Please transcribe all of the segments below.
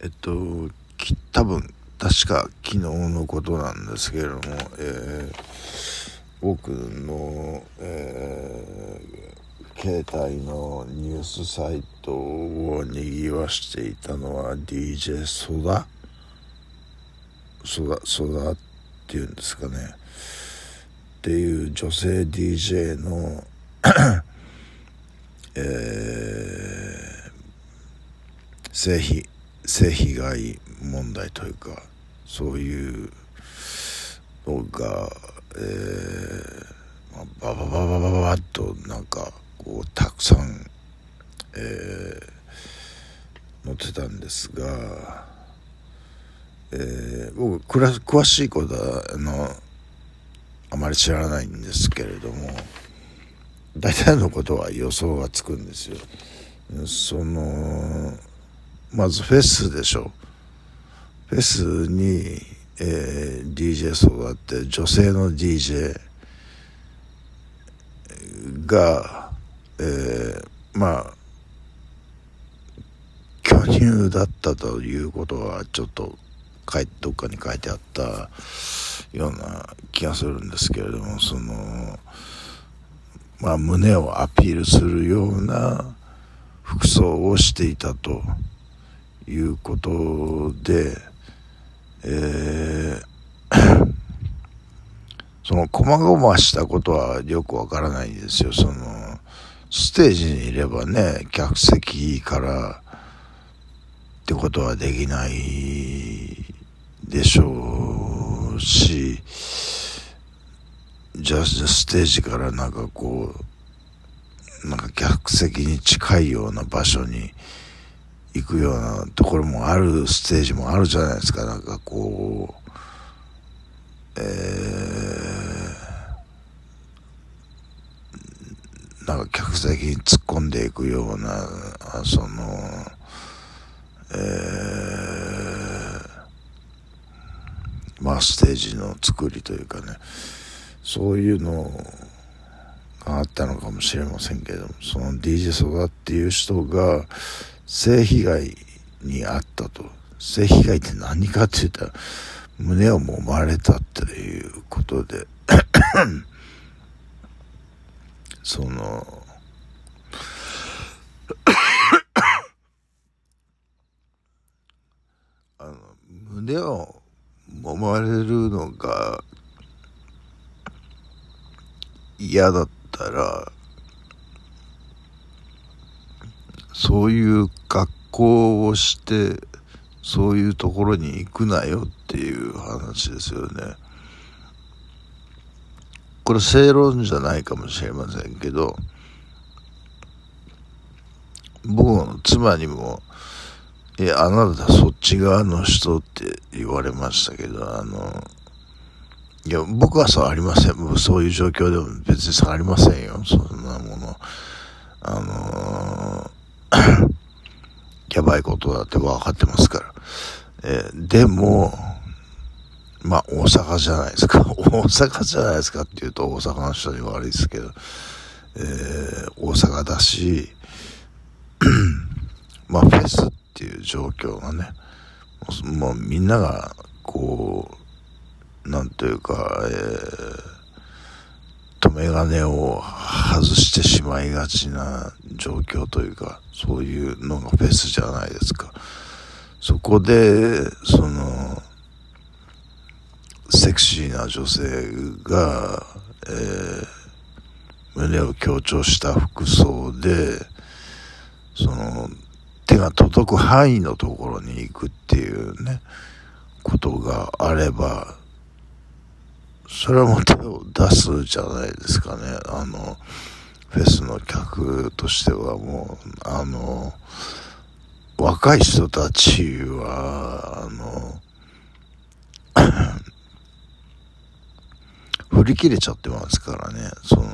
多分確か昨日のことなんですけれども、僕の、携帯のニュースサイトを賑わしていたのは DJ ソダっていうんですかねっていう女性 DJ の性被害問題というかそういうのが、ババッとなんかこうたくさん、載ってたんですが、僕詳しいことはあまり知らないんですけれども大体のことは予想がつくんですよ。まずフェスでしょ。フェスに、DJ ソダって女性の DJ が、巨乳だったということはちょっとどっかに書いてあったような気がするんですけれども、胸をアピールするような服装をしていたということで、その細々したことはよくわからないんですよ。ステージにいればね、客席からってことはできないでしょうし、じゃあステージからなんか客席に近いような場所に行くようなところもある、ステージもあるじゃないですか。客席に突っ込んでいくようなステージの作りというかね、そういうのがあったのかもしれませんけども、その DJ ソダっていう人が性被害に遭ったと。性被害って何かって言ったら胸を揉まれたっていうことで胸を揉まれるのが嫌だったらそういう格好をしてそういうところに行くなよっていう話ですよね。これ正論じゃないかもしれませんけど、僕の妻にもあなたそっち側の人って言われましたけど、いや僕はそうありません。そういう状況でも別にありませんよ、そんなもの。やばいことだって分かってますから。でも大阪じゃないですか。大阪じゃないですかって言うと大阪の人に悪いですけど、大阪だしフェスっていう状況がね、もうみんながなんというか、留め金を外してしまいがちな状況というか、そういうのがフェスじゃないですか。そこでセクシーな女性が、胸を強調した服装で手が届く範囲のところに行くっていうねことがあれば、それはもう手を出すじゃないですかね。フェスの客としてはもう若い人たちは振り切れちゃってますからね。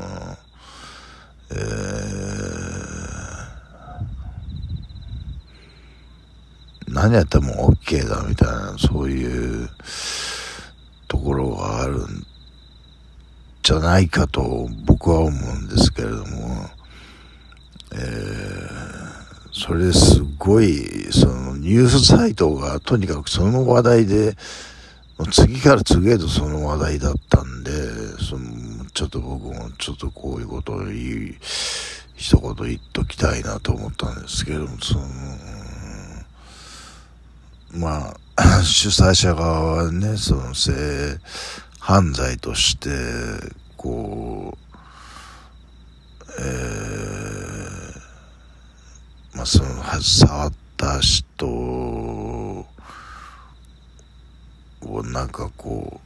何やっても OK だみたいな、そういうところがあるんじゃないかと僕は思うんですけれども、それですごいニニュースサイトがとにかくその話題で、次から次へとその話題だったんで、ちょっと僕もちょっとこういうことを一言言っときたいなと思ったんですけども、まあ、主催者側はね、性犯罪として、こう、まあ触った人をなんかこ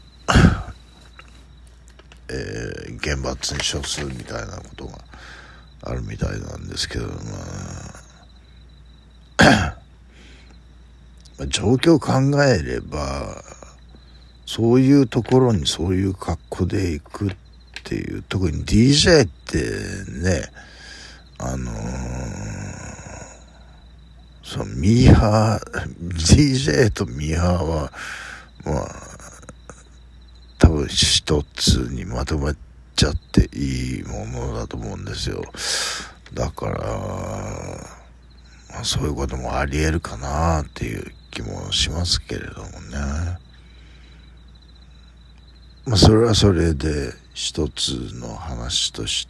う、厳罰に処するみたいなことがあるみたいなんですけど、状況を考えれば、そういうところにそういう格好で行くっていう、特に DJ ってね、DJ とミーハーは、まあ、多分一つにまとまっちゃっていいものだと思うんですよ。だから、まあ、そういうこともあり得るかなっていう気もしますけれどもね。まあ、それはそれで一つの話として、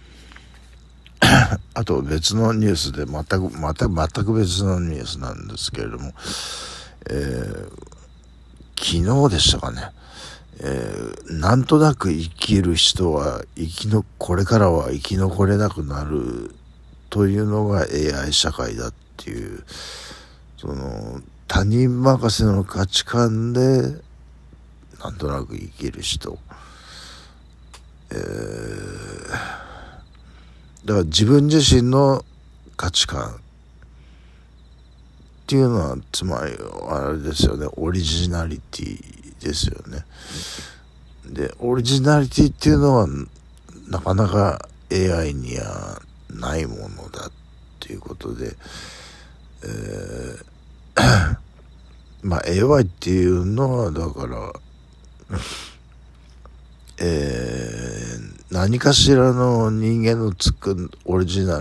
あと別のニュースで全く別のニュースなんですけれども、昨日でしたかね、なんとなく生きる人はこれからは生き残れなくなるというのが AI 社会だっていう、他人任せの価値観でなんとなく生きる人、だから自分自身の価値観っていうのは、つまりあれですよね、オリジナリティですよね。で、オリジナリティっていうのはなかなか AI にはないものだっていうことで、まあ AI っていうのはだから何かしらの人間の作ったオリジナ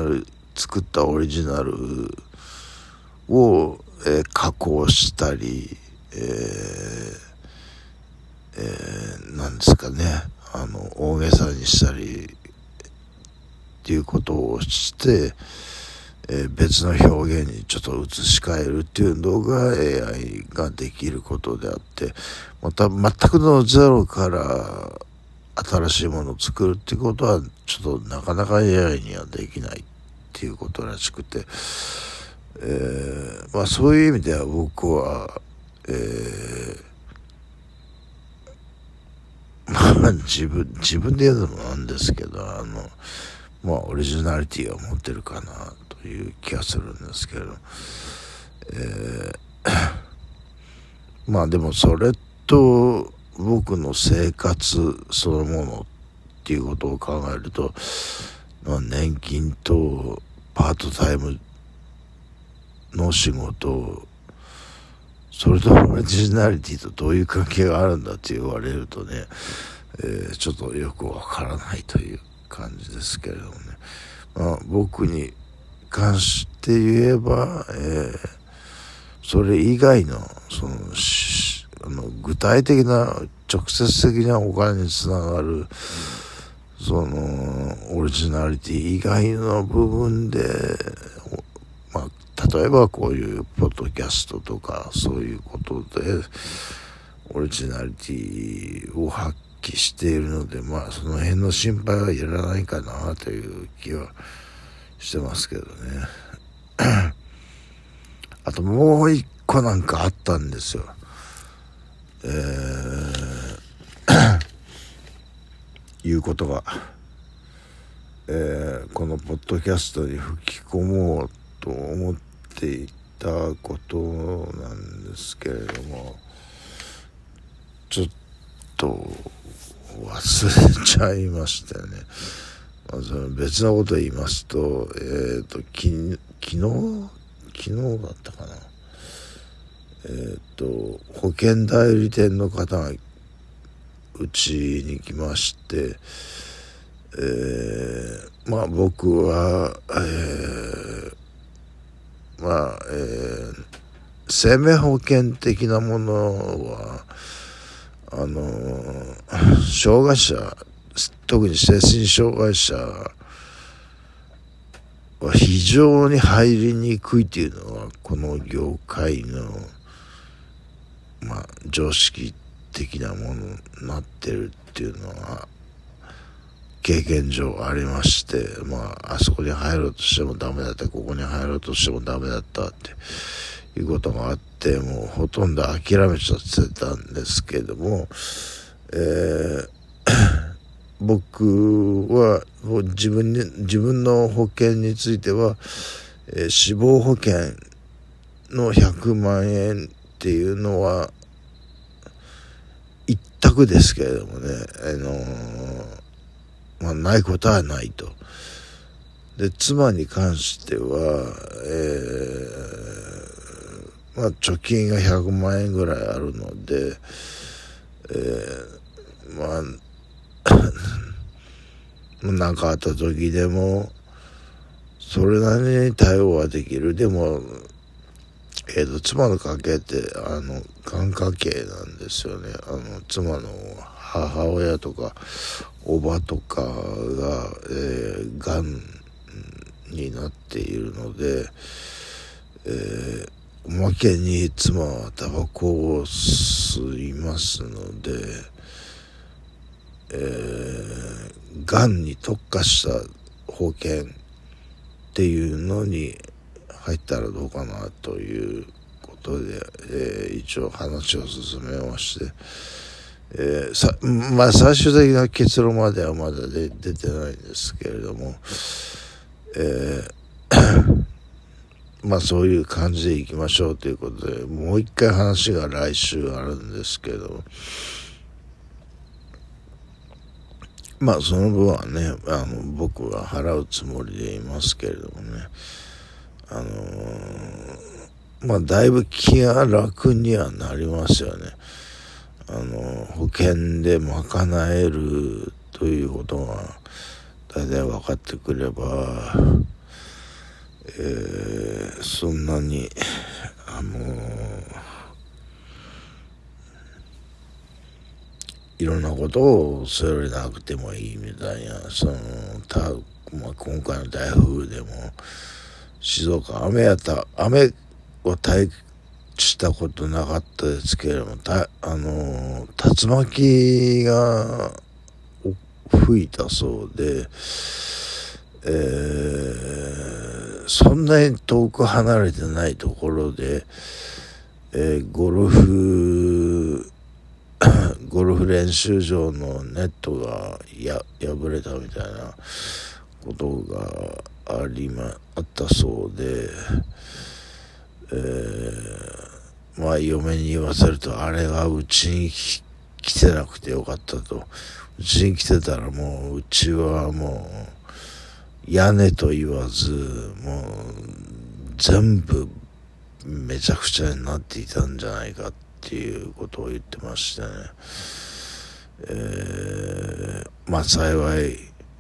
ルを、加工したり、なんですかね、大げさにしたりっていうことをして、別の表現にちょっと移し替えるっていうのが AI ができることであって、また全くのゼロから新しいものを作るっていうことはちょっとなかなか AI にはできないっていうことらしくて、まあそういう意味では僕は、まあ自分で言うのもなんですけど、まあオリジナリティを持ってるかなという気がするんですけど、まあでもそれと僕の生活そのものっていうことを考えると、まあ、年金とパートタイムの仕事、それとオリジナリティとどういう関係があるんだって言われるとね、ちょっとよくわからないという感じですけれどもね。まあ、僕に関して言えば、それ以外の具体的な直接的なお金につながるオリジナリティ以外の部分で、まあ例えばこういうポッドキャストとかそういうことでオリジナリティを発揮しているので、まあその辺の心配はいらないかなという気はしてますけどね。あともう一個なんかあったんですよ。いうことが、このポッドキャストに吹き込もうと思っていたことなんですけれども、ちょっと忘れちゃいましたよね。まあ、その別のことを言いますと、昨日だったかな。保険代理店の方がうちに来まして、まあ僕は、 生命保険的なものは障害者、特に精神障害者は非常に入りにくいというのはこの業界の常識的なものになってるっていうのは経験上ありまして、あそこに入ろうとしてもダメだった、ここに入ろうとしてもダメだったっていうことがあって、もうほとんど諦めちゃってたんですけども、僕は自分の保険については、死亡保険の100万円っていうのは一択ですけれどもね、ないことはないと。で、妻に関しては、貯金が100万円ぐらいあるので、何かあった時でもそれなりに対応はできる。でも妻の家系ってがん家系なんですよね。妻の母親とかおばとかが、がんになっているので、おまけに妻はタバコを吸いますので、がんに特化した保険っていうのに入ったらどうかなということで、一応話を進めまして、最終的な結論まではまだ出てないんですけれども、そういう感じでいきましょうということで、もう一回話が来週あるんですけど、その分はね、僕は払うつもりでいますけれどもね、だいぶ気が楽にはなりますよね。保険で賄えるということが大体分かってくれば、そんなにいろんなことを恐れなくてもいいみたいな、今回の台風でも静岡雨を体験したことなかったですけれども、竜巻が吹いたそうで、そんなに遠く離れてないところで、ゴルフ練習場のネットが破れたみたいなことがあったそうで、嫁に言わせると、あれがうちに来てなくてよかったと。うちに来てたらもううちはもう屋根と言わずもう全部めちゃくちゃになっていたんじゃないかっていうことを言ってましてね。幸い、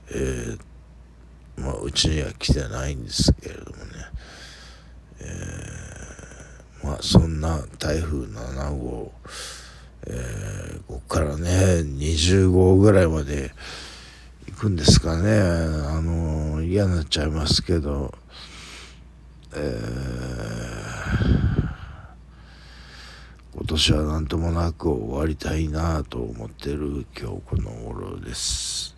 うちには来てないんですけれどもね。そんな台風7号、ここからね20号ぐらいまで行くんですかね。嫌になっちゃいますけど、今年はなんともなく終わりたいなと思ってる今日この頃です。